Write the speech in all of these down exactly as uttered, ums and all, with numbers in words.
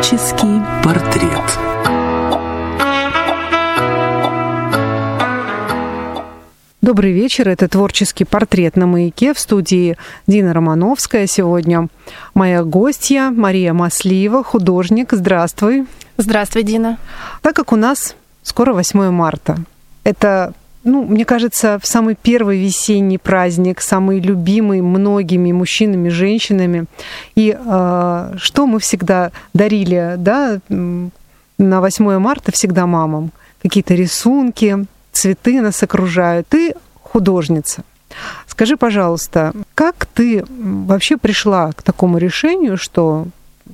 Творческий портрет. Добрый вечер. Это «Творческий портрет» на «Маяке». В студии Дина Романовская. Сегодня моя гостья Мария Маслиева, художник. Здравствуй. Здравствуй, Дина. Так как у нас скоро восьмое марта, это, ну, мне кажется, самый первый весенний праздник, самый любимый многими мужчинами, женщинами. И э, что мы всегда дарили, да, на восьмое марта всегда мамам? Какие-то рисунки, цветы нас окружают. Ты художница. Скажи, пожалуйста, как ты вообще пришла к такому решению, что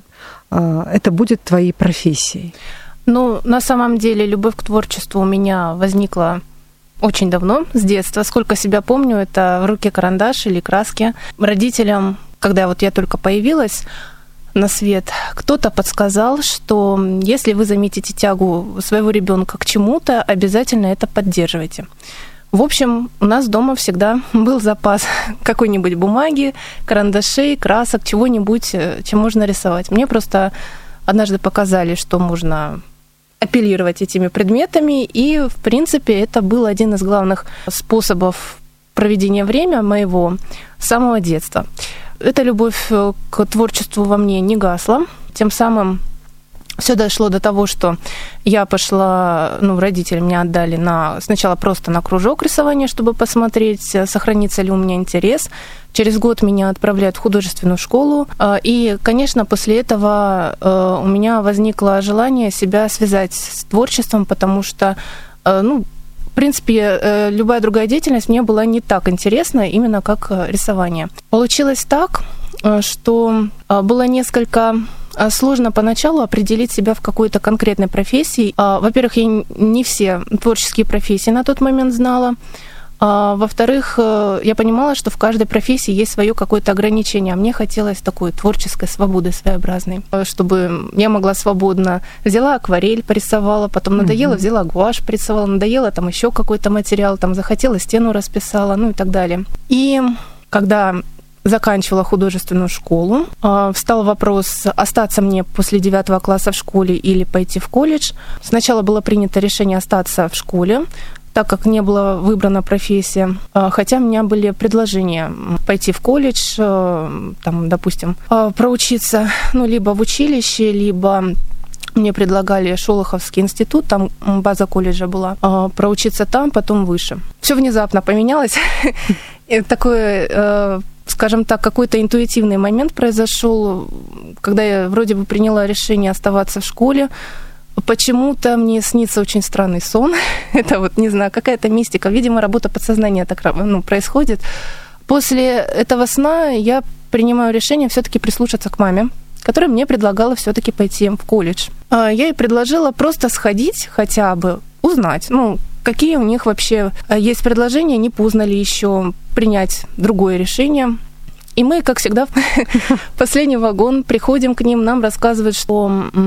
э, это будет твоей профессией? Ну, на самом деле, любовь к творчеству у меня возникла очень давно, с детства. Сколько себя помню, это в руке карандаш или краски. Родителям, когда вот я только появилась на свет, кто-то подсказал, что если вы заметите тягу своего ребенка к чему-то, обязательно это поддерживайте. В общем, у нас дома всегда был запас какой-нибудь бумаги, карандашей, красок, чего-нибудь, чем можно рисовать. Мне просто однажды показали, что можно апеллировать этими предметами, и, в принципе, это был один из главных способов проведения времени моего с самого детства. Эта любовь к творчеству во мне не гасла. Тем самым все дошло до того, что я пошла, ну, родители меня отдали на, сначала просто на кружок рисования, чтобы посмотреть, сохранится ли у меня интерес. Через год меня отправляют в художественную школу. И, конечно, после этого у меня возникло желание себя связать с творчеством, потому что, ну, в принципе, любая другая деятельность мне была не так интересна, именно как рисование. Получилось так, что было несколько сложно поначалу определить себя в какой-то конкретной профессии. Во-первых, я не все творческие профессии на тот момент знала. Во-вторых, я понимала, что в каждой профессии есть свое какое-то ограничение. А мне хотелось такой творческой свободы своеобразной, чтобы я могла свободно... Взяла акварель, порисовала, потом надоело, взяла гуашь, порисовала, надоело, там еще какой-то материал, там захотела, стену расписала, ну и так далее. И когда заканчивала художественную школу, встал вопрос, остаться мне после девятого класса в школе или пойти в колледж. Сначала было принято решение остаться в школе, так как не была выбрана профессия. Хотя у меня были предложения пойти в колледж, там, допустим, проучиться, ну, либо в училище, либо мне предлагали Шолоховский институт, там база колледжа была, проучиться там, потом выше. Все внезапно поменялось. Такой, скажем так, какой-то интуитивный момент произошел, когда я вроде бы приняла решение оставаться в школе. Почему-то мне снится очень странный сон. Это вот, не знаю, какая-то мистика. Видимо, работа подсознания так, ну, происходит. После этого сна я принимаю решение все-таки прислушаться к маме, которая мне предлагала все-таки пойти в колледж. Я ей предложила просто сходить хотя бы, узнать, ну, какие у них вообще есть предложения, не поздно ли еще принять другое решение. И мы, как всегда, в последний вагон приходим к ним, нам рассказывают, что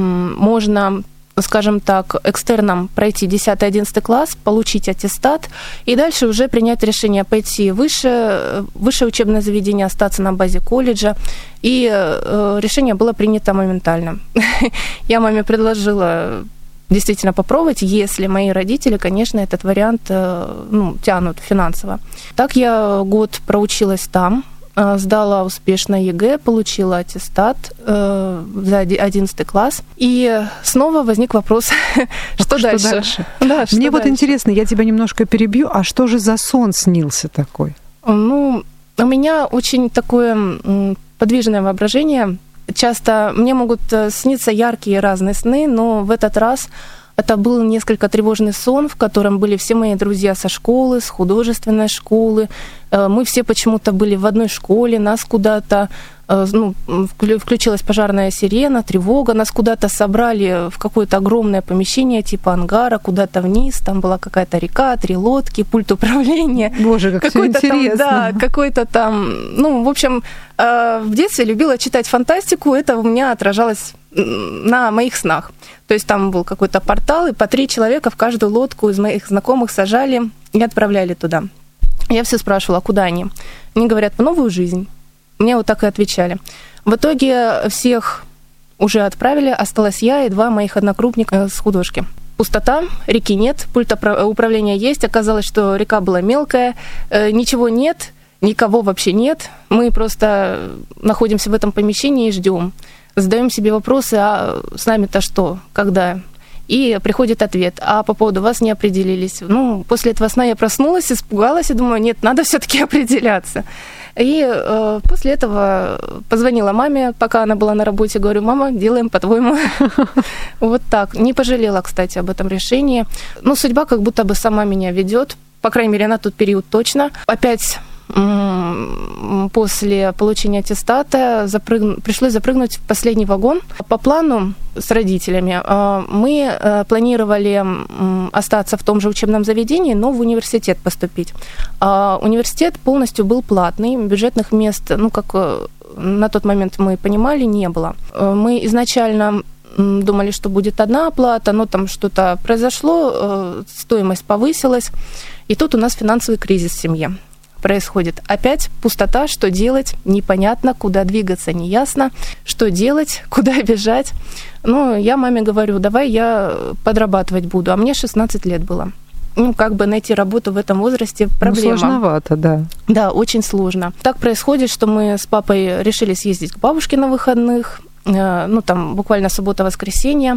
можно, скажем так, экстерном пройти десятый-одиннадцатый класс, получить аттестат и дальше уже принять решение пойти выше, высшее учебное заведение, остаться на базе колледжа. И э, решение было принято моментально. Я маме предложила действительно попробовать, если мои родители, конечно, этот вариант э, ну, тянут финансово. Так я год проучилась там, сдала успешно ЕГЭ, получила аттестат э, за одиннадцатый класс. И снова возник вопрос, что, что дальше? дальше? Да, что Мне вот дальше? интересно, я тебя немножко перебью, а что же за сон снился такой? Ну, у меня очень такое подвижное воображение. Часто мне могут сниться яркие разные сны, но в этот раз это был несколько тревожный сон, в котором были все мои друзья со школы, с художественной школы. Мы все почему-то были в одной школе, нас куда-то, ну, включилась пожарная сирена, тревога, нас куда-то собрали в какое-то огромное помещение типа ангара, куда-то вниз, там была какая-то река, три лодки, пульт управления. Боже, как какой-то всё интересно. Там, да, какой-то там, ну, в общем, в детстве любила читать фантастику, это у меня отражалось на моих снах. То есть там был какой-то портал, и по три человека в каждую лодку из моих знакомых сажали и отправляли туда. Я все спрашивала, а куда они? Они говорят, в новую жизнь. Мне вот так и отвечали. В итоге всех уже отправили, осталась я и два моих однокрупника с художки. Пустота, реки нет, пульт управления есть. Оказалось, что река была мелкая, ничего нет, никого вообще нет. Мы просто находимся в этом помещении и ждем. Задаем себе вопросы, а с нами-то что, когда? И приходит ответ, а по поводу вас не определились. Ну, после этого сна я проснулась, испугалась и думаю, нет, надо все-таки определяться. И э, после этого позвонила маме, пока она была на работе, говорю, мама, делаем по-твоему. Вот так. Не пожалела, кстати, об этом решении. Ну, судьба как будто бы сама меня ведет, по крайней мере, на тот период точно. Опять после получения аттестата запрыг... пришлось запрыгнуть в последний вагон. По плану с родителями мы планировали остаться в том же учебном заведении, но в университет поступить. Университет полностью был платный, бюджетных мест, ну, как на тот момент мы понимали, не было. Мы изначально думали, что будет одна оплата, но там что-то произошло, стоимость повысилась, и тут у нас финансовый кризис в семье происходит. Опять пустота, что делать, непонятно, куда двигаться, неясно, что делать, куда бежать. Ну, я маме говорю, давай я подрабатывать буду, а мне шестнадцать лет было. Ну, как бы найти работу в этом возрасте проблема. Ну, сложновато, да. Да, очень сложно. Так происходит, что мы с папой решили съездить к бабушке на выходных, ну, там, буквально суббота-воскресенье.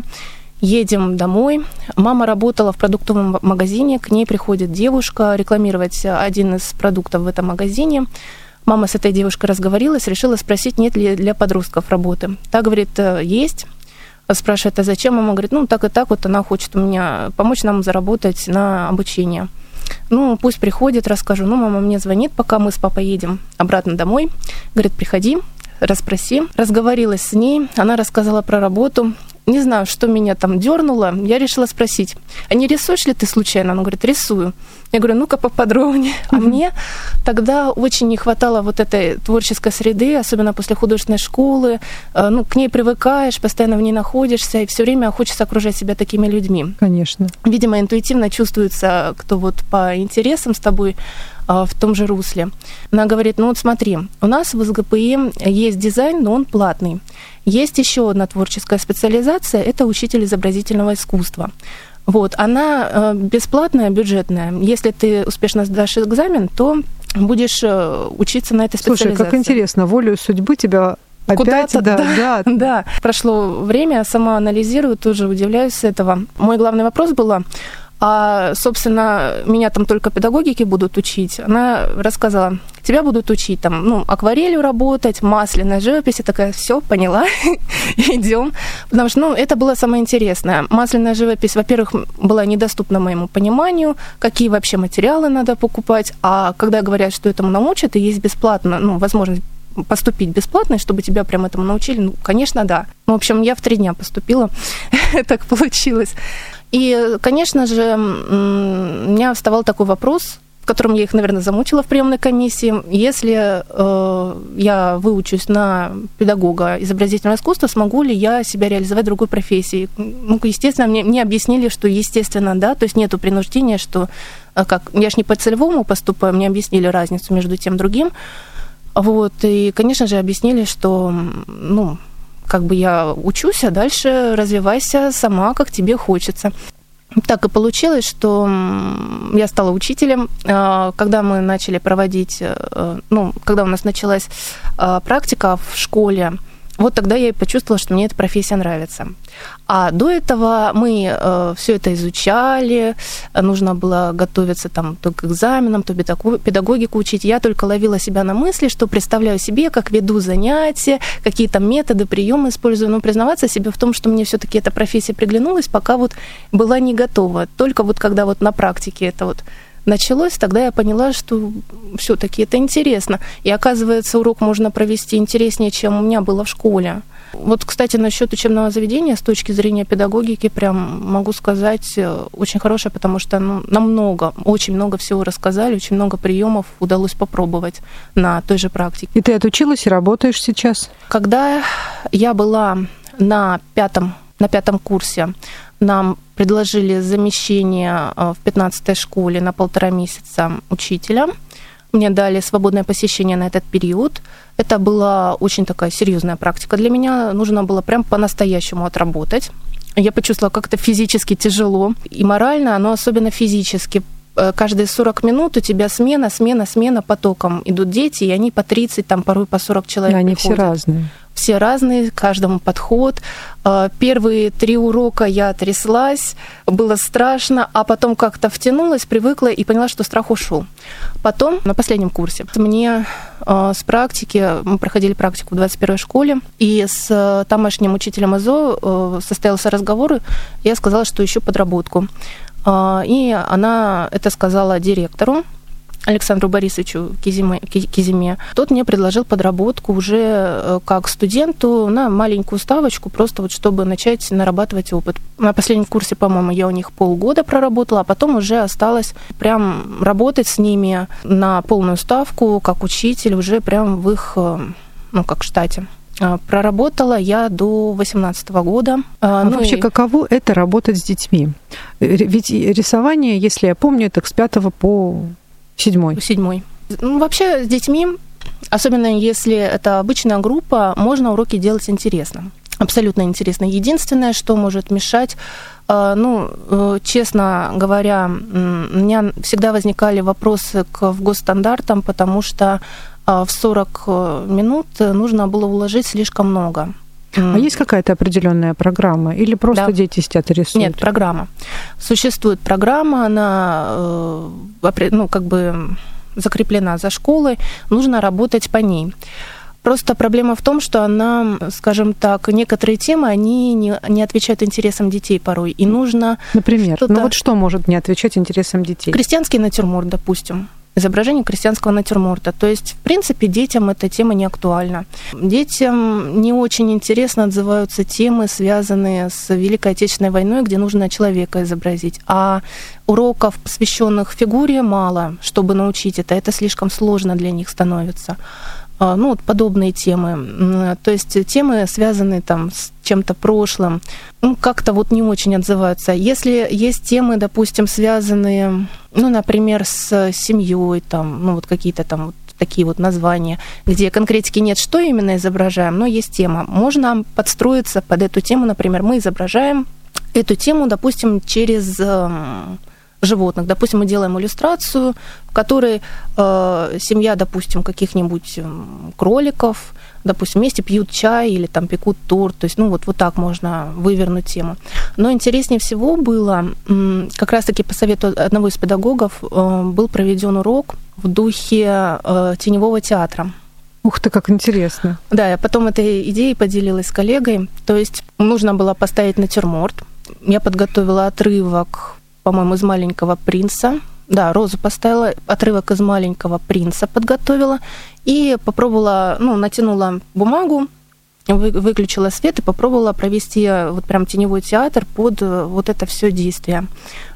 Едем домой. Мама работала в продуктовом магазине, к ней приходит девушка рекламировать один из продуктов в этом магазине. Мама с этой девушкой разговорилась, решила спросить, нет ли для подростков работы. Та говорит, есть. Спрашивает, а зачем? Мама говорит, ну так и так, вот она хочет у меня помочь нам заработать на обучение. Ну, пусть приходит, расскажу. Ну, мама мне звонит, пока мы с папой едем обратно домой. Говорит, приходи, расспроси. Разговорилась с ней, она рассказала про работу. Не знаю, что меня там дернуло, я решила спросить, а не рисуешь ли ты случайно? Она говорит, рисую. Я говорю, ну-ка поподробнее. А мне тогда очень не хватало вот этой творческой среды, особенно после художественной школы. Ну, к ней привыкаешь, постоянно в ней находишься, и все время хочется окружать себя такими людьми. Конечно. Видимо, интуитивно чувствуется, кто вот по интересам с тобой в том же русле. Она говорит, ну вот смотри, у нас в СГПИ есть дизайн, но он платный. Есть еще одна творческая специализация, это учитель изобразительного искусства. Вот, она бесплатная, бюджетная. Если ты успешно сдашь экзамен, то будешь учиться на этой специализации. Слушай, как интересно, волею судьбы тебя опять... Куда-то, да, да, да. да. Прошло время, сама анализирую, тоже удивляюсь с этого. Мой главный вопрос был, а, собственно, меня там только педагогики будут учить. Она рассказала, тебя будут учить там, ну, акварелью работать, масляной живописи. Такая, все, поняла, идем. Потому что, ну, это было самое интересное. Масляная живопись, во-первых, была недоступна моему пониманию, какие вообще материалы надо покупать. А когда говорят, что этому научат, и есть бесплатно, ну, возможность поступить бесплатно, чтобы тебя прям этому научили, ну, конечно, да. В общем, я в три дня поступила, так получилось. И, конечно же, у меня вставал такой вопрос, в котором я их, наверное, замучила в приемной комиссии. Если э, я выучусь на педагога изобразительного искусства, смогу ли я себя реализовать в другой профессии? Ну, естественно, мне, мне объяснили, что, естественно, да, то есть нету принуждения, что, как, я ж не по целевому поступаю, мне объяснили разницу между тем и другим. Вот, и, конечно же, объяснили, что, ну, как бы я учусь, а дальше развивайся сама, как тебе хочется. Так и получилось, что я стала учителем. Когда мы начали проводить, ну, когда у нас началась практика в школе, вот тогда я и почувствовала, что мне эта профессия нравится. А до этого мы э, все это изучали, нужно было готовиться там, то к экзаменам, то педагогику учить. Я только ловила себя на мысли, что представляю себе, как веду занятия, какие там методы, приемы использую. Но признаваться себе в том, что мне все-таки эта профессия приглянулась, пока вот была не готова. Только вот когда вот на практике это вот началось, тогда я поняла, что все-таки это интересно. И оказывается, урок можно провести интереснее, чем у меня было в школе. Вот, кстати, насчет учебного заведения с точки зрения педагогики, прям могу сказать, очень хорошее, потому что ну, нам много, очень много всего рассказали, очень много приемов удалось попробовать на той же практике. И ты отучилась и работаешь сейчас? Когда я была на пятом, на пятом курсе, нам предложили замещение в пятнадцатой школе на полтора месяца учителя. Мне дали свободное посещение на этот период. Это была очень такая серьезная практика для меня. Нужно было прям по-настоящему отработать. Я почувствовала, как это физически тяжело. И морально, но особенно физически. Каждые сорок минут у тебя смена, смена, смена потоком. Идут дети, и они по тридцать, там, порой по сорок человек и они приходят. все разные. Все разные, каждому подход. Первые три урока я тряслась, было страшно, а потом как-то втянулась, привыкла и поняла, что страх ушел. Потом, на последнем курсе, мне с практики, мы проходили практику в двадцать первой школе, и с тамошним учителем ИЗО состоялся разговор, я сказала, что ищу подработку. И она это сказала директору, Александру Борисовичу Кизиме, Кизиме. Тот мне предложил подработку уже как студенту на маленькую ставочку, просто вот чтобы начать нарабатывать опыт. На последнем курсе, по-моему, я у них полгода проработала, а потом уже осталось прям работать с ними на полную ставку, как учитель, уже прям в их, ну, как штате. Проработала я до восемнадцатого года. А ну вообще, и... каково это работать с детьми? Ведь рисование, если я помню, это с пятого по седьмой. Седьмой. Ну, вообще с детьми, особенно если это обычная группа, можно уроки делать интересно. Абсолютно интересно. Единственное, что может мешать, ну, честно говоря, у меня всегда возникали вопросы к госстандартам, потому что в сорок минут нужно было уложить слишком много. А есть какая-то определенная программа? Или просто да. дети сидят и рисуют? Нет, программа. Существует программа, она, ну, как бы закреплена за школой, нужно работать по ней. Просто проблема в том, что она, скажем так, некоторые темы, они не, не отвечают интересам детей порой. И нужно... Например? Ну вот что может не отвечать интересам детей? Крестьянский натюрморт, допустим. Изображение крестьянского натюрморта. То есть, в принципе, детям эта тема не актуальна. Детям не очень интересно отзываются темы, связанные с Великой Отечественной войной, где нужно человека изобразить. А уроков, посвященных фигуре, мало, чтобы научить это. Это слишком сложно для них становится. Ну, вот подобные темы. То есть темы, связанные там с чем-то прошлым, ну, как-то вот не очень отзываются. Если есть темы, допустим, связанные, ну, например, с семьей, там, ну, вот какие-то там вот такие вот названия, где конкретики нет, что именно изображаем, но есть тема. Можно подстроиться под эту тему, например, мы изображаем эту тему, допустим, через... животных. Допустим, мы делаем иллюстрацию, в которой э, семья, допустим, каких-нибудь кроликов, допустим, вместе пьют чай или там пекут торт. То есть, ну, вот, вот так можно вывернуть тему. Но интереснее всего было, как раз-таки по совету одного из педагогов, э, был проведен урок в духе э, теневого театра. Ух ты, как интересно. Да, я потом этой идеей поделилась с коллегой. То есть нужно было поставить натюрморт. Я подготовила отрывок, по-моему, из «Маленького принца». Да, розу поставила, отрывок из «Маленького принца» подготовила и попробовала, ну, натянула бумагу, вы, выключила свет и попробовала провести вот прям теневой театр под вот это все действие.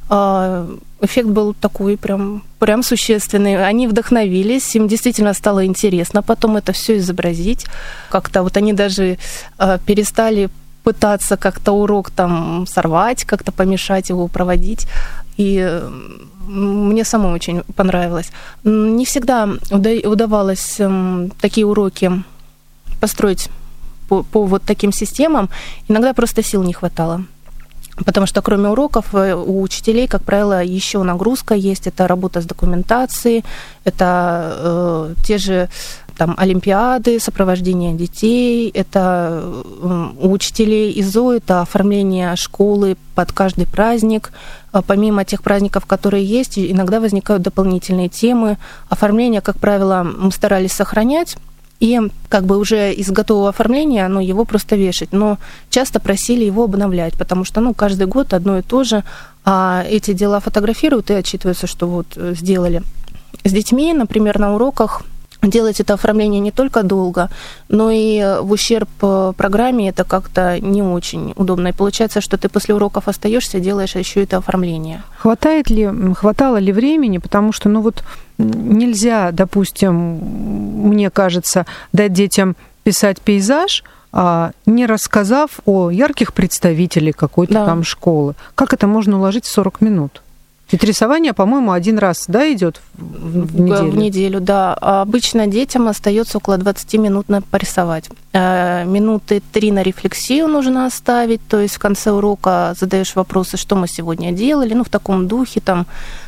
Эффект был такой прям, прям существенный. Они вдохновились, им действительно стало интересно потом это все изобразить. Как-то вот они даже перестали пытаться как-то урок там сорвать, как-то помешать его проводить. И мне самой очень понравилось. Не всегда удавалось такие уроки построить по, по вот таким системам. Иногда просто сил не хватало. Потому что кроме уроков у учителей, как правило, еще нагрузка есть. Это работа с документацией, это э, те же там олимпиады, сопровождение детей, это у учителей ИЗО, это оформление школы под каждый праздник. Помимо тех праздников, которые есть, иногда возникают дополнительные темы. Оформление, как правило, мы старались сохранять, и как бы уже из готового оформления, ну, его просто вешать. Но часто просили его обновлять, потому что, ну, каждый год одно и то же, а эти дела фотографируют и отчитываются, что вот сделали. С детьми, например, на уроках делать это оформление не только долго, но и в ущерб программе это как-то не очень удобно. И получается, что ты после уроков остаешься, делаешь еще это оформление. Хватает ли, хватало ли времени? Потому что, ну вот, нельзя, допустим, мне кажется, дать детям писать пейзаж, не рассказав о ярких представителях какой-то да. там школы. Как это можно уложить в сорок минут? Ведь рисование, по-моему, один раз, да, идет в неделю? В неделю, да. Обычно детям остается около двадцать минут на порисовать. Минуты три на рефлексию нужно оставить, то есть в конце урока задаешь вопросы, что мы сегодня делали, ну, в таком духе, там,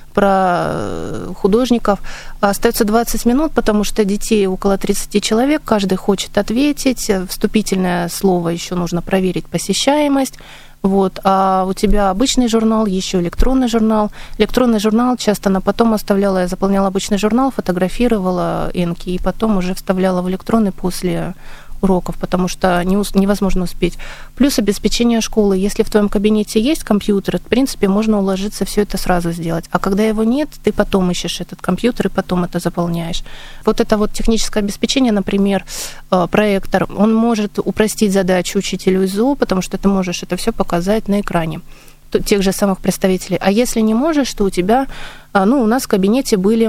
про художников. Остается двадцать минут, потому что детей около тридцать человек, каждый хочет ответить. Вступительное слово еще нужно проверить посещаемость. Вот. А у тебя обычный журнал, еще электронный журнал. Электронный журнал часто на потом оставляла, я заполняла обычный журнал, фотографировала инки и потом уже вставляла в электронный после уроков, потому что невозможно успеть. Плюс обеспечение школы. Если в твоем кабинете есть компьютер, в принципе, можно уложиться все это сразу сделать. А когда его нет, ты потом ищешь этот компьютер и потом это заполняешь. Вот это вот техническое обеспечение, например, проектор, он может упростить задачу учителю ИЗО, потому что ты можешь это все показать на экране тех же самых представителей. А если не можешь, то у тебя, ну, у нас в кабинете были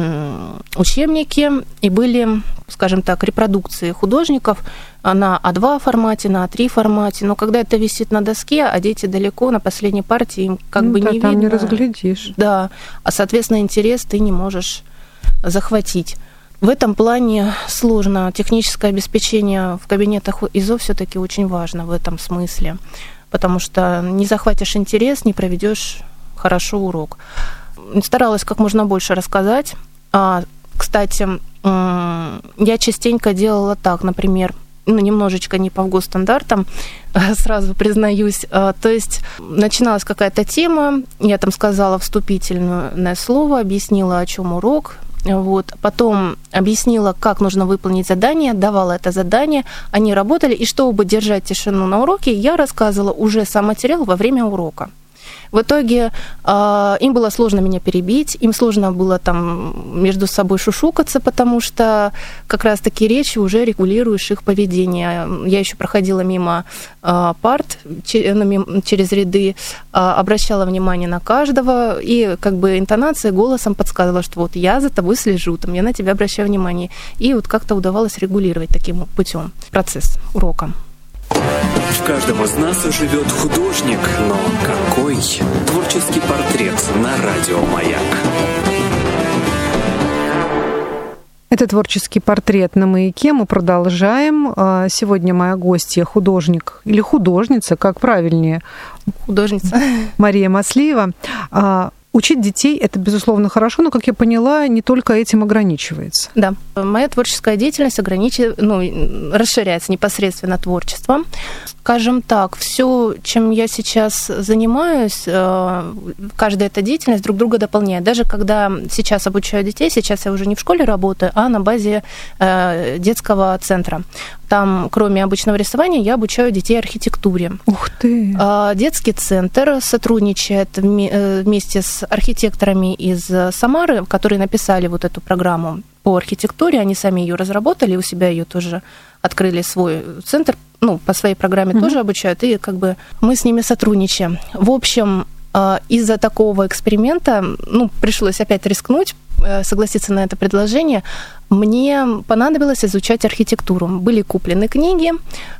учебники и были, скажем так, репродукции художников на а два формате, на а три формате. Но когда это висит на доске, а дети далеко, на последней партии, им как ну, бы да, не там видно. не разглядишь. Да, а, соответственно, интерес ты не можешь захватить. В этом плане сложно. Техническое обеспечение в кабинетах ИЗО все-таки очень важно в этом смысле, потому что не захватишь интерес, не проведешь хорошо урок. Старалась как можно больше рассказать. А, кстати, я частенько делала так, например, ну, немножечко не по госстандартам, сразу признаюсь. То есть начиналась какая-то тема, я там сказала вступительное слово, объяснила, о чем урок. Вот. Потом объяснила, как нужно выполнить задание, давала это задание, они работали, и чтобы держать тишину на уроке, я рассказывала уже сам материал во время урока. В итоге э, им было сложно меня перебить, им сложно было там между собой шушукаться, потому что как раз-таки речью уже регулируешь их поведение. Я еще проходила мимо э, парт через ряды, э, обращала внимание на каждого, и как бы интонация голосом подсказывала, что вот я за тобой слежу, там, я на тебя обращаю внимание. И вот как-то удавалось регулировать таким путем процесс урока. В каждом из нас живет художник, но какой? Творческий портрет на радио «Маяк». Это творческий портрет на «Маяке». Мы продолжаем. Сегодня моя гостья художник или художница, как правильнее? Художница. Мария Маслиева. Учить детей – это, безусловно, хорошо, но, как я поняла, не только этим ограничивается. Да. Моя творческая деятельность ограничивается, ну, расширяется непосредственно творчеством. Скажем так, все, чем я сейчас занимаюсь, каждая эта деятельность друг друга дополняет. Даже когда сейчас обучаю детей, сейчас я уже не в школе работаю, а на базе детского центра. Там, кроме обычного рисования, я обучаю детей архитектуре. Ух ты! Детский центр сотрудничает вместе с архитекторами из Самары, которые написали вот эту программу по архитектуре. Они сами ее разработали, у себя ее тоже открыли свой центр, ну, по своей программе mm-hmm. тоже обучают, и как бы мы с ними сотрудничаем. В общем, из-за такого эксперимента, ну, пришлось опять рискнуть, согласиться на это предложение, мне понадобилось изучать архитектуру. Были куплены книги,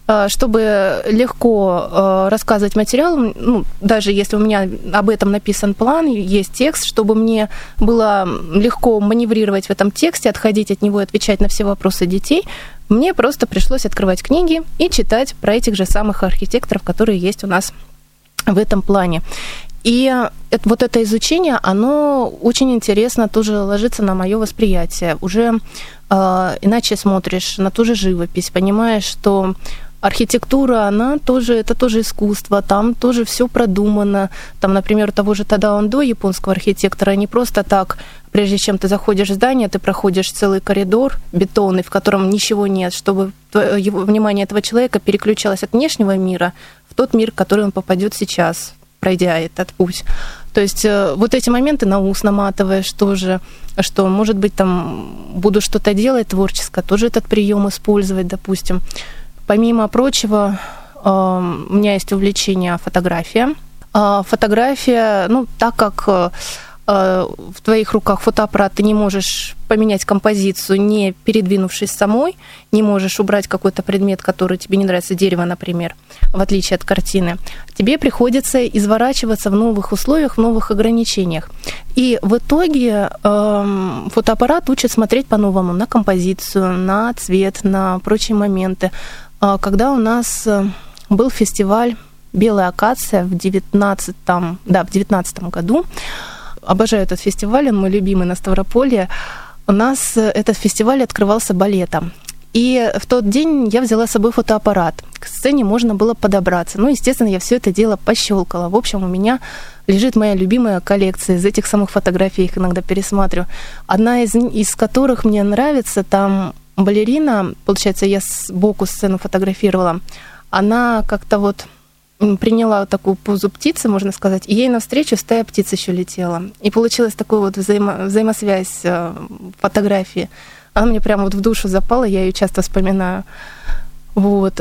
чтобы легко рассказывать материал, ну, даже если у меня об этом написан план, есть текст, чтобы мне было легко маневрировать в этом тексте, отходить от него и отвечать на все вопросы детей, мне просто пришлось открывать книги и читать про этих же самых архитекторов, которые есть у нас в этом плане. И вот это изучение, оно очень интересно тоже ложится на моё восприятие. Уже э, иначе смотришь на ту же живопись, понимаешь, что архитектура, она тоже, это тоже искусство, там тоже всё продумано. Там, например, у того же Тадао Андо, японского архитектора, не просто так, прежде чем ты заходишь в здание, ты проходишь целый коридор бетонный, в котором ничего нет, чтобы его, внимание этого человека переключалось от внешнего мира в тот мир, в который он попадёт сейчас, пройдя этот путь. То есть вот эти моменты на ус наматываешь тоже, что, может быть, там буду что-то делать творческое, тоже этот прием использовать, допустим. Помимо прочего, у меня есть увлечение фотография. Фотография, ну, так как в твоих руках фотоаппарат, ты не можешь поменять композицию, не передвинувшись самой, не можешь убрать какой-то предмет, который тебе не нравится, дерево, например, в отличие от картины. Тебе приходится изворачиваться в новых условиях, в новых ограничениях. И в итоге э, фотоаппарат учит смотреть по-новому на композицию, на цвет, на прочие моменты. Когда у нас был фестиваль «Белая акация» в девятнадцатом, да, в девятнадцатом году, обожаю этот фестиваль, он мой любимый на Ставрополье, у нас этот фестиваль открывался балетом. И в тот день я взяла с собой фотоаппарат. К сцене можно было подобраться. Ну, естественно, я все это дело пощелкала. В общем, у меня лежит моя любимая коллекция из этих самых фотографий, их иногда пересматриваю. Одна из, из которых мне нравится, там балерина, получается, я сбоку сцену фотографировала, она как-то вот приняла такую позу птицы, можно сказать, и ей навстречу стая птиц еще летела. И получилась такая вот взаимо- взаимосвязь фотографии. Она мне прямо вот в душу запала, я ее часто вспоминаю. Вот.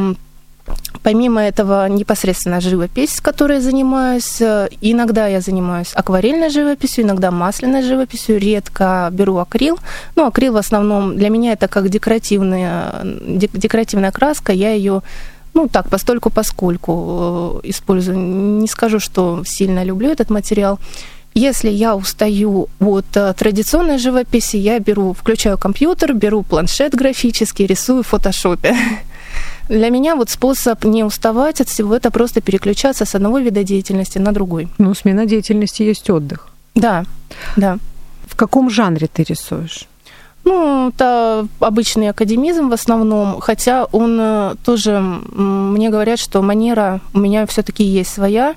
Помимо этого, непосредственно живопись, которой я занимаюсь. Иногда я занимаюсь акварельной живописью, иногда масляной живописью, редко беру акрил. Ну, акрил в основном для меня это как декоративная, декоративная краска, я ее, ну, так, постольку-поскольку использую. Не скажу, что сильно люблю этот материал. Если я устаю от традиционной живописи, я беру, включаю компьютер, беру планшет графический, рисую в фотошопе. Для меня вот способ не уставать от всего, это просто переключаться с одного вида деятельности на другой. Ну, смена деятельности есть отдых. Да, да. В каком жанре ты рисуешь? Ну, это обычный академизм в основном, хотя он тоже, мне говорят, что манера у меня все-таки есть своя.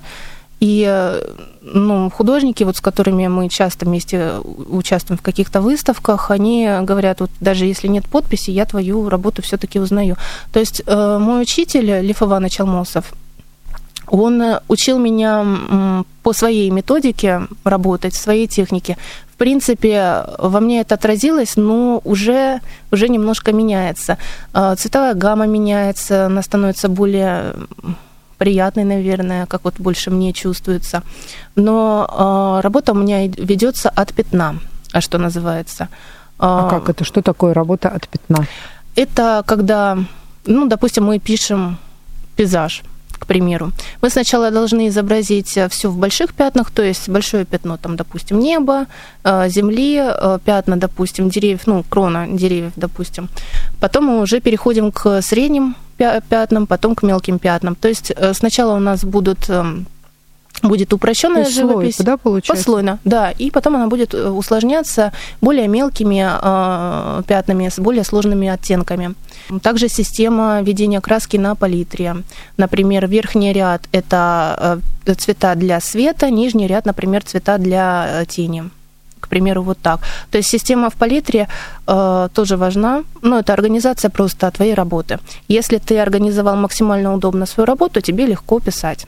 И ну, художники, вот, с которыми мы часто вместе участвуем в каких-то выставках, они говорят, вот даже если нет подписи, я твою работу все-таки узнаю. То есть э, мой учитель Лев Иванович Алмосов, он учил меня по своей методике работать, своей технике. В принципе, во мне это отразилось, но уже, уже немножко меняется. Цветовая гамма меняется, она становится более приятный, наверное, как вот больше мне чувствуется. Но э, работа у меня ведется от пятна, а что называется. А как это? Что такое работа от пятна? Это когда, ну, допустим, мы пишем пейзаж, к примеру. Мы сначала должны изобразить все в больших пятнах, то есть большое пятно, там, допустим, небо, земли, пятна, допустим, деревьев, ну, крона деревьев, допустим. Потом мы уже переходим к средним пятнам, потом к мелким пятнам. То есть сначала у нас будут, будет упрощенная живопись. Слой, да, получается? Послойно, да. И потом она будет усложняться более мелкими э, пятнами с более сложными оттенками. Также система ведения краски на палитре. Например, верхний ряд – это цвета для света, нижний ряд, например, цвета для тени. К примеру, вот так. То есть система в палитре э, тоже важна, но это организация просто твоей работы. Если ты организовал максимально удобно свою работу, тебе легко писать.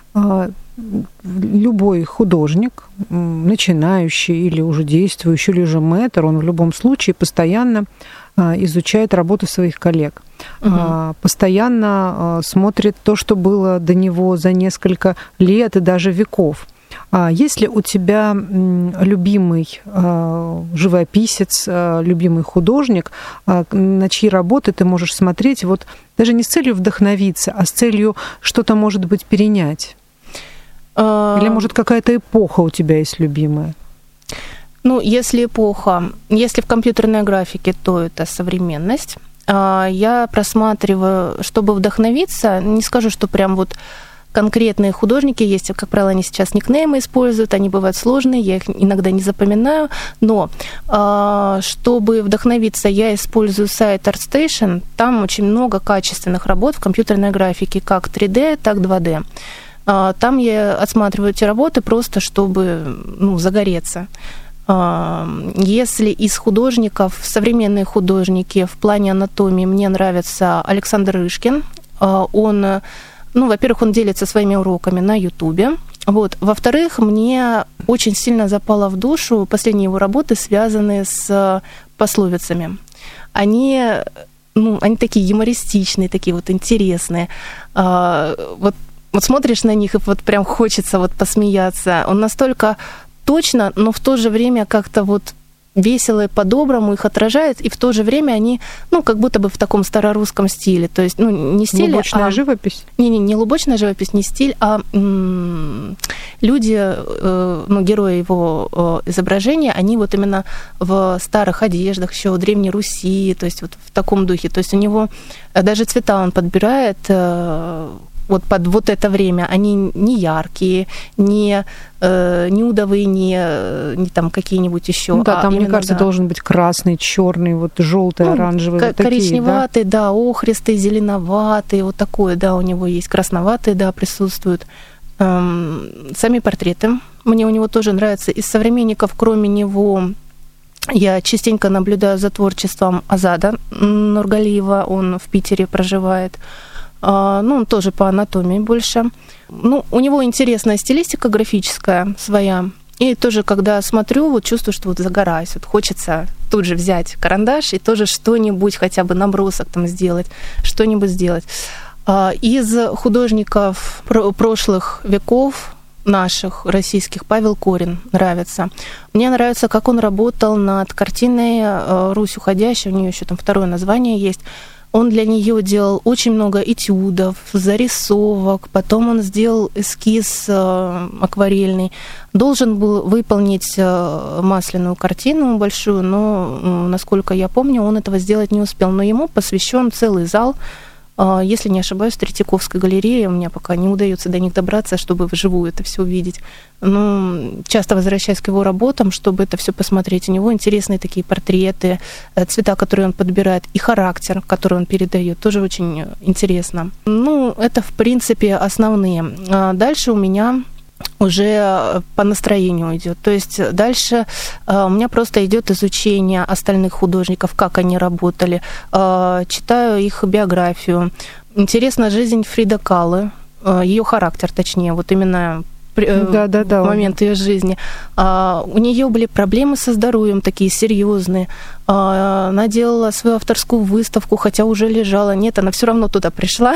Любой художник, начинающий или уже действующий, или уже мэтр, он в любом случае постоянно изучает работу своих коллег. Угу. Постоянно смотрит то, что было до него за несколько лет и даже веков. Есть ли у тебя любимый живописец, любимый художник, на чьи работы ты можешь смотреть, вот даже не с целью вдохновиться, а с целью что-то, может быть, перенять? Или, может, какая-то эпоха у тебя есть любимая? Ну, если эпоха, если в компьютерной графике, то это современность. Я просматриваю, чтобы вдохновиться, не скажу, что прям вот конкретные художники есть, как правило, они сейчас никнеймы используют, они бывают сложные, я их иногда не запоминаю, но чтобы вдохновиться, я использую сайт ArtStation, там очень много качественных работ в компьютерной графике, как три дэ, так два дэ. Там я отсматриваю эти работы просто, чтобы, ну, загореться. Если из художников, современные художники в плане анатомии, мне нравится Александр Рышкин. Он, ну, во-первых, он делится своими уроками на Ютубе. Вот. Во-вторых, мне очень сильно запало в душу последние его работы, связанные с пословицами. Они, ну, они такие юмористичные, такие вот интересные. Вот Вот смотришь на них, и вот прям хочется вот посмеяться. Он настолько точно, но в то же время как-то вот весело и по-доброму их отражает, и в то же время они, ну, как будто бы в таком старорусском стиле. То есть, ну, не стиль, лубочная а... живопись? Не-не, не лубочная живопись, не стиль, а м- люди, э, ну, герои его э, изображения, они вот именно в старых одеждах, еще в Древней Руси, то есть вот в таком духе. То есть у него даже цвета он подбирает э, вот под вот это время, они не яркие, не э, нюдовые, не, не там какие-нибудь еще. Ну да, а там, именно, мне кажется, да. должен быть красный, черный, вот желтый, ну, оранжевый. К- вот такие, коричневатый, да? да, охристый, зеленоватый, вот такое, да, у него есть красноватые, да, присутствуют. Эм, сами портреты мне у него тоже нравятся. Из современников, кроме него, я частенько наблюдаю за творчеством Азада Нургалиева, он в Питере проживает. Ну, он тоже по анатомии больше. Ну, у него интересная стилистика графическая своя. И тоже, когда смотрю, вот чувствую, что вот загораюсь. Вот хочется тут же взять карандаш и тоже что-нибудь, хотя бы набросок там сделать, что-нибудь сделать. Из художников прошлых веков, наших, российских, Павел Корин нравится. Мне нравится, как он работал над картиной «Русь уходящая», у нее еще там второе название есть. Он для нее делал очень много этюдов, зарисовок, потом он сделал эскиз акварельный. Должен был выполнить масляную картину большую, но, насколько я помню, он этого сделать не успел. Но ему посвящен целый зал, если не ошибаюсь, в Третьяковской галерее. У меня пока не удается до них добраться, чтобы вживую это все увидеть. Но часто возвращаюсь к его работам, чтобы это все посмотреть. У него интересные такие портреты, цвета, которые он подбирает, и характер, который он передает, тоже очень интересно. Ну, это, в принципе, основные. А дальше у меня уже по настроению идет. То есть дальше у меня просто идет изучение остальных художников, как они работали. Читаю их биографию. Интересна жизнь Фрида Каллы, ее характер, точнее, вот именно да, да, да, в момент ее жизни. А, у нее были проблемы со здоровьем такие серьезные. А, она делала свою авторскую выставку, хотя уже лежала. Нет, она все равно туда пришла.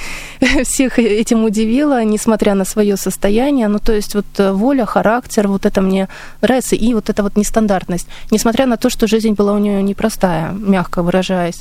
Всех этим удивила, несмотря на свое состояние. Ну, то есть вот воля, характер, вот это мне нравится, и вот эта вот нестандартность. Несмотря на то, что жизнь была у нее непростая, мягко выражаясь.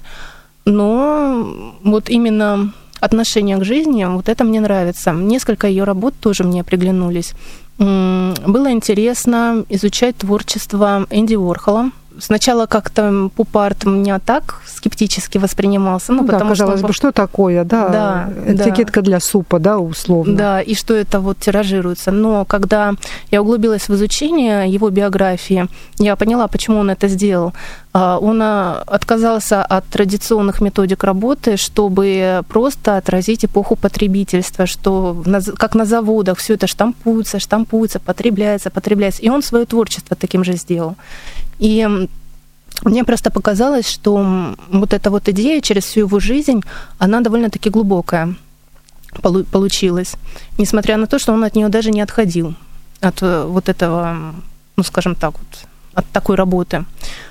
Но вот именно отношение к жизни, вот это мне нравится. Несколько ее работ тоже мне приглянулись. Было интересно изучать творчество Энди Уорхола. Сначала как-то поп-арт у меня так скептически воспринимался. Ну, ну потому да, казалось что... бы, что такое, да? Да, этикетка да. для супа, да, условно. Да, и что это вот тиражируется. Но когда я углубилась в изучение его биографии, я поняла, почему он это сделал. Он отказался от традиционных методик работы, чтобы просто отразить эпоху потребительства, что как на заводах все это штампуется, штампуется, потребляется, потребляется. И он свое творчество таким же сделал. И мне просто показалось, что вот эта вот идея через всю его жизнь, она довольно-таки глубокая получилась, несмотря на то, что он от нее даже не отходил, от вот этого, ну, скажем так, вот, от такой работы.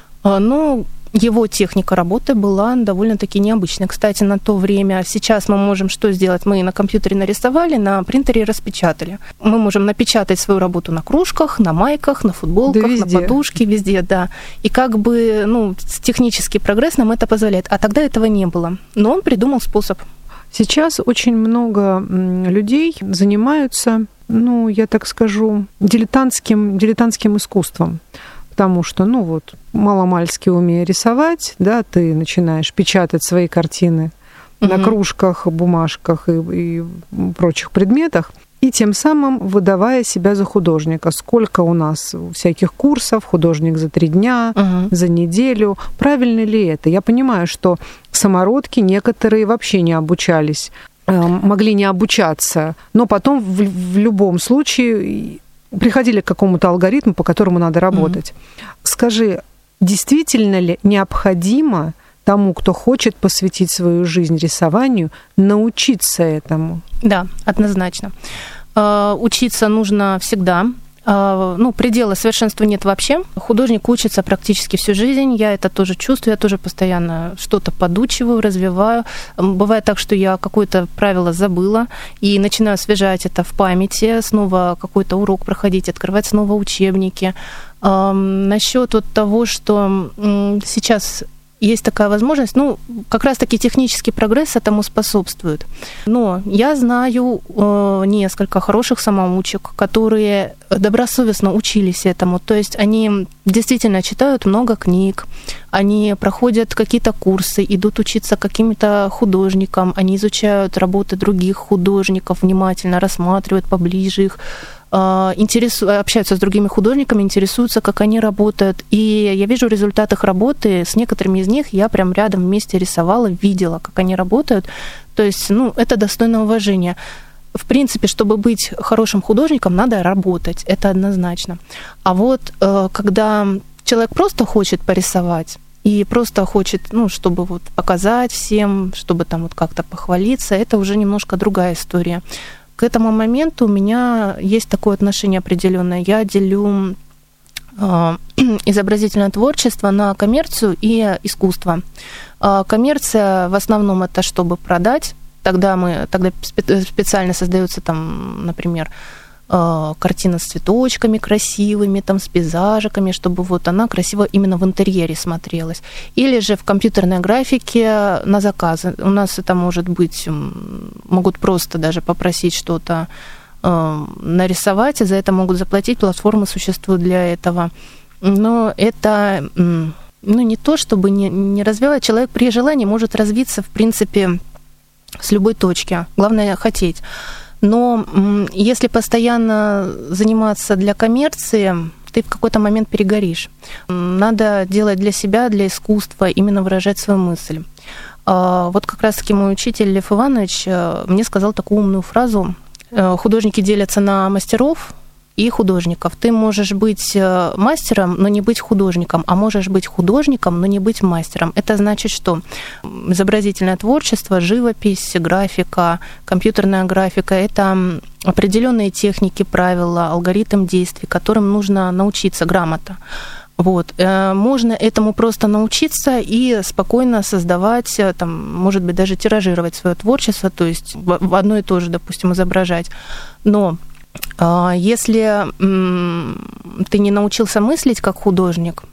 Но его техника работы была довольно-таки необычной. Кстати, на то время, сейчас мы можем что сделать? Мы на компьютере нарисовали, на принтере распечатали. Мы можем напечатать свою работу на кружках, на майках, на футболках, да, на подушке, везде, да. И как бы, ну, технический прогресс нам это позволяет. А тогда этого не было. Но он придумал способ. Сейчас очень много людей занимаются, ну, я так скажу, дилетантским, дилетантским искусством. Потому что, ну вот, маломальски умея рисовать, да, ты начинаешь печатать свои картины mm-hmm. на кружках, бумажках и, и прочих предметах, и тем самым выдавая себя за художника. Сколько у нас всяких курсов, художник за три дня, uh-huh. за неделю. Правильно ли это? Я понимаю, что самородки некоторые вообще не обучались, могли не обучаться, но потом в, в любом случае приходили к какому-то алгоритму, по которому надо работать. Uh-huh. Скажи, действительно ли необходимо тому, кто хочет посвятить свою жизнь рисованию, научиться этому? Да, однозначно. Учиться нужно всегда. Ну, предела совершенству нет вообще. Художник учится практически всю жизнь. Я это тоже чувствую. Я тоже постоянно что-то подучиваю, развиваю. Бывает так, что я какое-то правило забыла и начинаю освежать это в памяти, снова какой-то урок проходить, открывать снова учебники. Насчет вот того, что сейчас есть такая возможность, ну, как раз-таки технический прогресс этому способствует. Но я знаю э, несколько хороших самоучек, которые добросовестно учились этому. То есть они действительно читают много книг, они проходят какие-то курсы, идут учиться каким-то художникам, они изучают работы других художников, внимательно рассматривают поближе их, Интересу... общаются с другими художниками, интересуются, как они работают. И я вижу результат их работы. С некоторыми из них я прям рядом вместе рисовала, видела, как они работают. То есть, ну, это достойно уважения. В принципе, чтобы быть хорошим художником, надо работать. Это однозначно. А вот когда человек просто хочет порисовать, и просто хочет, ну, чтобы вот показать всем, чтобы там вот как-то похвалиться, это уже немножко другая история. К этому моменту у меня есть такое отношение определенное. Я делю э, изобразительное творчество на коммерцию и искусство. Э, коммерция в основном это чтобы продать. Тогда мы тогда специально создается там, например, э, картина с цветочками красивыми, там с пейзажиками, чтобы вот она красиво именно в интерьере смотрелась. Или же в компьютерной графике на заказ. У нас это может быть, могут просто даже попросить что-то э, нарисовать, и за это могут заплатить, платформы существуют для этого. Но это, ну, не то, чтобы не, не развивать. Человек при желании может развиться, в принципе, с любой точки. Главное — хотеть. Но если постоянно заниматься для коммерции, ты в какой-то момент перегоришь. Надо делать для себя, для искусства, именно выражать свою мысль. Вот как раз-таки мой учитель Лев Иванович мне сказал такую умную фразу: художники делятся на мастеров и художников. Ты можешь быть мастером, но не быть художником, а можешь быть художником, но не быть мастером. Это значит, что изобразительное творчество, живопись, графика, компьютерная графика — это определенные техники, правила, алгоритм действий, которым нужно научиться грамотно. Вот. Можно этому просто научиться и спокойно создавать, там, может быть, даже тиражировать свое творчество, то есть в одно и то же, допустим, изображать. Но если ты не научился мыслить как художник,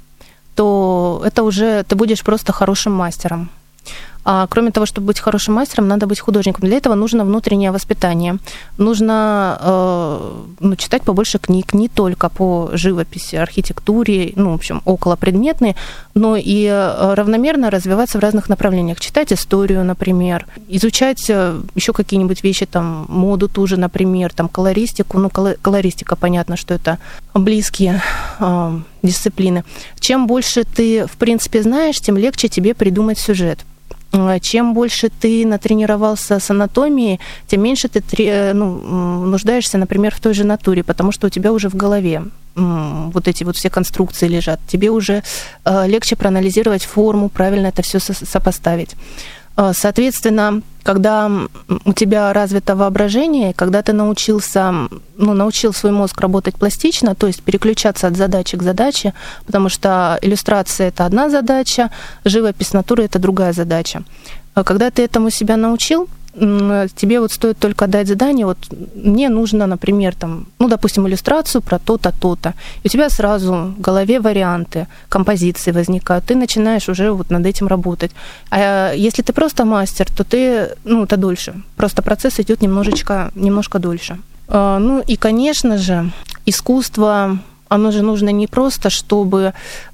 то это уже ты будешь просто хорошим мастером. А кроме того, чтобы быть хорошим мастером, надо быть художником. Для этого нужно внутреннее воспитание. Нужно э, ну, читать побольше книг, не только по живописи, архитектуре, ну, в общем, околопредметные, но и равномерно развиваться в разных направлениях. Читать историю, например, изучать еще какие-нибудь вещи, там, моду ту же, например, там, колористику. Ну, колористика, понятно, что это близкие э, дисциплины. Чем больше ты, в принципе, знаешь, тем легче тебе придумать сюжет. Чем больше ты натренировался с анатомией, тем меньше ты ну, нуждаешься, например, в той же натуре, потому что у тебя уже в голове вот эти вот все конструкции лежат. Тебе уже легче проанализировать форму, правильно это все сопоставить. Соответственно, когда у тебя развито воображение, когда ты научился, ну, научил свой мозг работать пластично, то есть переключаться от задачи к задаче, потому что иллюстрация — это одна задача, живопись натуры — это другая задача. Когда ты этому себя научил, тебе вот стоит только дать задание, вот мне нужно, например, там, ну, допустим, иллюстрацию про то-то, то-то, и у тебя сразу в голове варианты, композиции возникают, ты начинаешь уже вот над этим работать. А если ты просто мастер, то ты, ну, это дольше, просто процесс идет немножечко, немножко дольше. Ну, и, конечно же, искусство, оно же нужно не просто, чтобы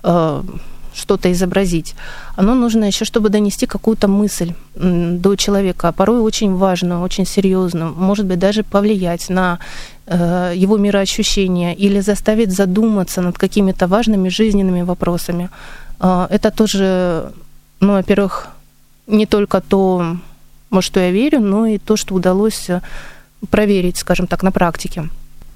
что-то изобразить. Оно нужно еще, чтобы донести какую-то мысль до человека, порой очень важную, очень серьезную, может быть, даже повлиять на э, его мироощущение или заставить задуматься над какими-то важными жизненными вопросами. Э, это тоже, ну, во-первых, не только то, во что я верю, но и то, что удалось проверить, скажем так, на практике.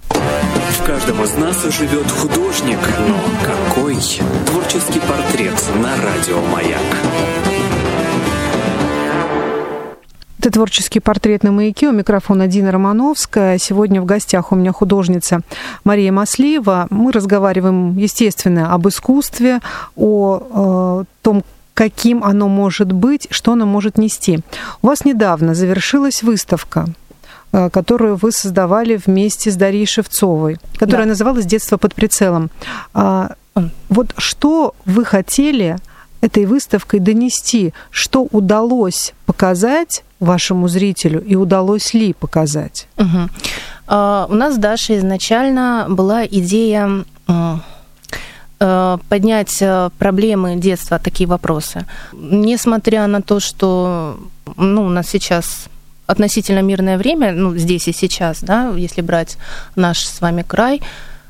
В каждом из нас живет художник, но какой? Творческий портрет на радио «Маяк». Это творческий портрет на «Маяке». У микрофона Дина Романовская. Сегодня в гостях у меня художница Мария Маслеева. Мы разговариваем, естественно, об искусстве, о, о том, каким оно может быть, что оно может нести. У вас недавно завершилась выставка, которую вы создавали вместе с Дарьей Шевцовой, которая да. называлась «Детство под прицелом». Вот что вы хотели этой выставкой донести, что удалось показать вашему зрителю и удалось ли показать? Угу. Uh, у нас с Дашей изначально была идея uh, uh, поднять проблемы детства, такие вопросы. Несмотря на то, что ну, у нас сейчас относительно мирное время, ну, здесь и сейчас, да, если брать наш с вами край,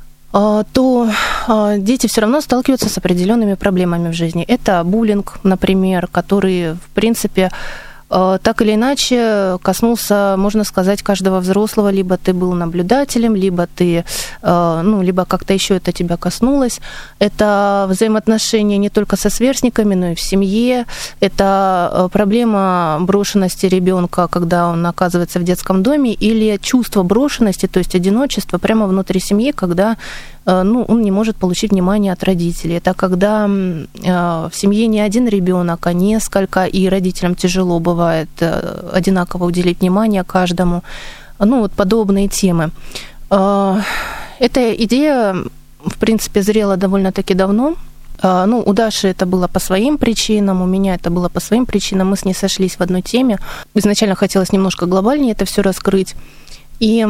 то дети все равно сталкиваются с определенными проблемами в жизни. Это буллинг, например, который, в принципе, так или иначе коснулся, можно сказать, каждого взрослого. Либо ты был наблюдателем, либо ты, ну, либо как-то еще это тебя коснулось. Это взаимоотношения не только со сверстниками, но и в семье. Это проблема брошенности ребенка, когда он оказывается в детском доме, или чувство брошенности, то есть одиночества прямо внутри семьи, когда ну, он не может получить внимание от родителей. Это когда в семье не один ребенок, а несколько, и родителям тяжело бывает одинаково уделить внимание каждому. Ну, вот подобные темы. Эта идея, в принципе, зрела довольно-таки давно. Ну, у Даши это было по своим причинам, у меня это было по своим причинам. Мы с ней сошлись в одной теме. Изначально хотелось немножко глобальнее это все раскрыть. И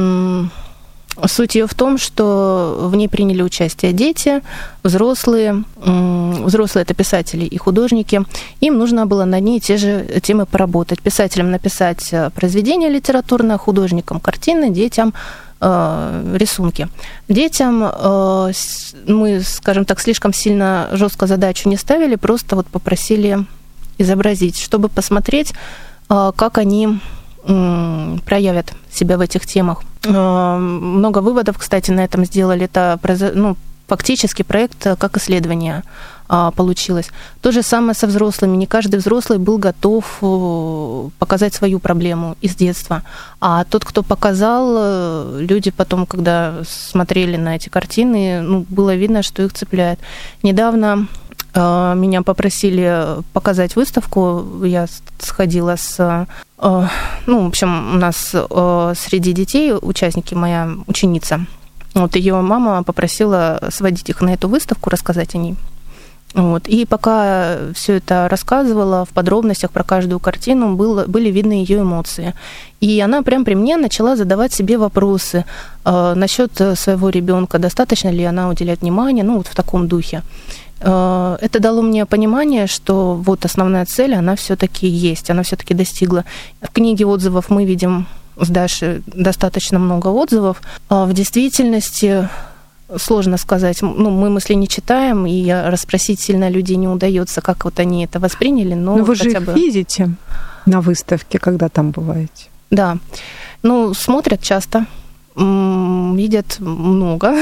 суть ее в том, что в ней приняли участие дети, взрослые, взрослые это писатели и художники. Им нужно было на ней те же темы поработать. Писателям написать произведение литературное, художникам картины, детям э, рисунки. Детям э, мы, скажем так, слишком сильно жестко задачу не ставили, просто вот попросили изобразить, чтобы посмотреть, э, как они проявят себя в этих темах. Много выводов, кстати, на этом сделали. Это, ну, фактически проект как исследование получилось. То же самое со взрослыми. Не каждый взрослый был готов показать свою проблему из детства. А тот, кто показал, люди потом, когда смотрели на эти картины, ну, было видно, что их цепляет. Недавно меня попросили показать выставку. Я сходила с... Ну, в общем, у нас среди детей участники, моя ученица. Вот ее мама попросила сводить их на эту выставку, рассказать о ней. Вот. И пока все это рассказывала в подробностях про каждую картину, было, были видны ее эмоции. И она прям при мне начала задавать себе вопросы э, насчет своего ребенка, достаточно ли она уделяет внимание, ну, вот в таком духе. Это дало мне понимание, что вот основная цель, она все-таки есть, она все-таки достигла. В книге отзывов мы видим с Дашей достаточно много отзывов. А в действительности сложно сказать. Ну, мы мысли не читаем, и расспросить сильно людей не удается, как вот они это восприняли. Но, но вы хотя же их бы... видите на выставке, когда там бываете? Да. Ну, смотрят часто, видят много.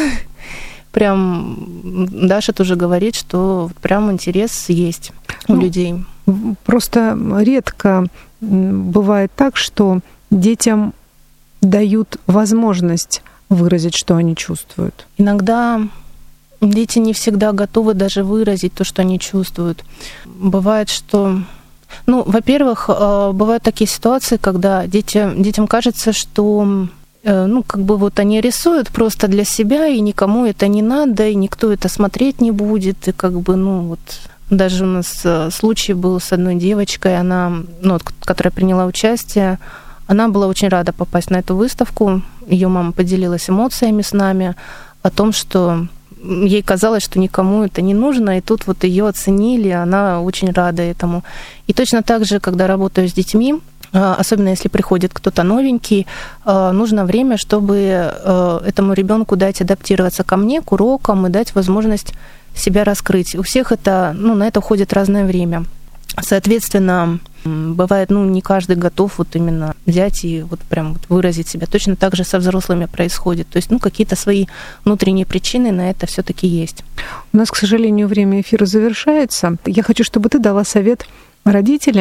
Прям Даша тоже говорит, что прям интерес есть у ну, людей. Просто редко бывает так, что детям дают возможность выразить, что они чувствуют. Иногда дети не всегда готовы даже выразить то, что они чувствуют. Бывает, что... Ну, во-первых, бывают такие ситуации, когда дети, детям кажется, что... ну, как бы вот они рисуют просто для себя, и никому это не надо, и никто это смотреть не будет, и как бы, ну, вот даже у нас случай был с одной девочкой, она, ну, которая приняла участие, она была очень рада попасть на эту выставку, ее мама поделилась эмоциями с нами о том, что ей казалось, что никому это не нужно, и тут вот ее оценили, она очень рада этому. И точно так же, когда работаю с детьми, особенно если приходит кто-то новенький, нужно время, чтобы этому ребенку дать адаптироваться ко мне, к урокам, и дать возможность себя раскрыть. У всех это, ну, на это уходит разное время. Соответственно, бывает, ну, не каждый готов вот именно взять и вот прям вот выразить себя. Точно так же со взрослыми происходит. То есть, ну, какие-то свои внутренние причины на это все-таки есть. У нас, к сожалению, время эфира завершается. Я хочу, чтобы ты дала совет родителям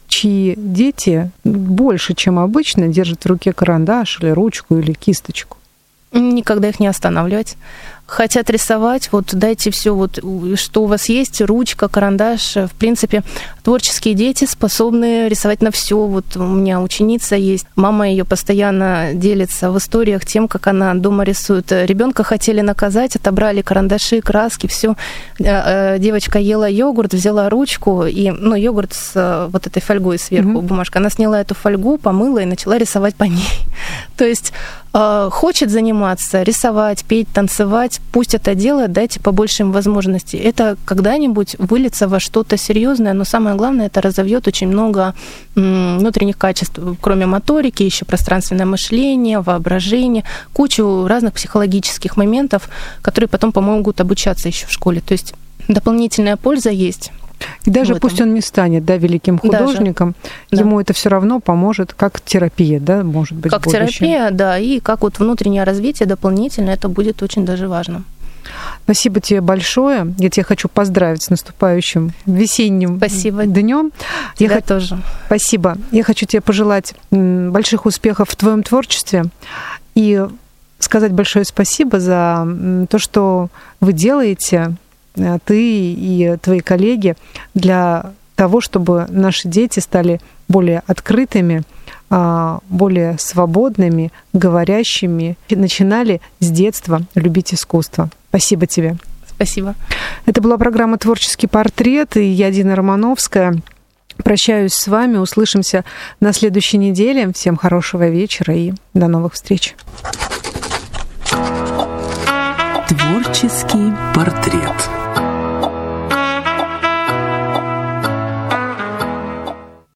чьи дети больше, чем обычно, держат в руке карандаш или ручку или кисточку? Никогда их не останавливать. Хотят рисовать, вот дайте все, вот, что у вас есть, ручка, карандаш. В принципе, творческие дети способны рисовать на все. Вот у меня ученица есть, мама ее постоянно делится в историях тем, как она дома рисует. Ребенка хотели наказать, отобрали карандаши, краски, все. Девочка ела йогурт, взяла ручку, и, ну, йогурт с вот этой фольгой сверху, mm-hmm. бумажка. Она сняла эту фольгу, помыла и начала рисовать по ней. То есть хочет заниматься, рисовать, петь, танцевать, пусть это делает, дайте побольше им возможностей. Это когда-нибудь выльется во что-то серьезное, но самое главное, это разовьет очень много внутренних качеств, кроме моторики, еще пространственное мышление, воображение, кучу разных психологических моментов, которые потом помогут обучаться еще в школе. То есть дополнительная польза есть. И даже пусть он не станет, да, великим художником, даже, ему да. это все равно поможет, как терапия, да, может быть, как в будущем. Терапия, да, и как вот внутреннее развитие дополнительно, это будет очень даже важно. Спасибо тебе большое. Я тебя хочу поздравить с наступающим весенним спасибо. Днем. Тебя Я тоже. Х... Спасибо. Я хочу тебе пожелать больших успехов в твоем творчестве и сказать большое спасибо за то, что вы делаете, ты и твои коллеги, для того, чтобы наши дети стали более открытыми, более свободными, говорящими, начинали с детства любить искусство. Спасибо тебе. Спасибо. Это была программа «Творческий портрет», и я, Дина Романовская. Прощаюсь с вами, услышимся на следующей неделе. Всем хорошего вечера и до новых встреч. «Творческий портрет».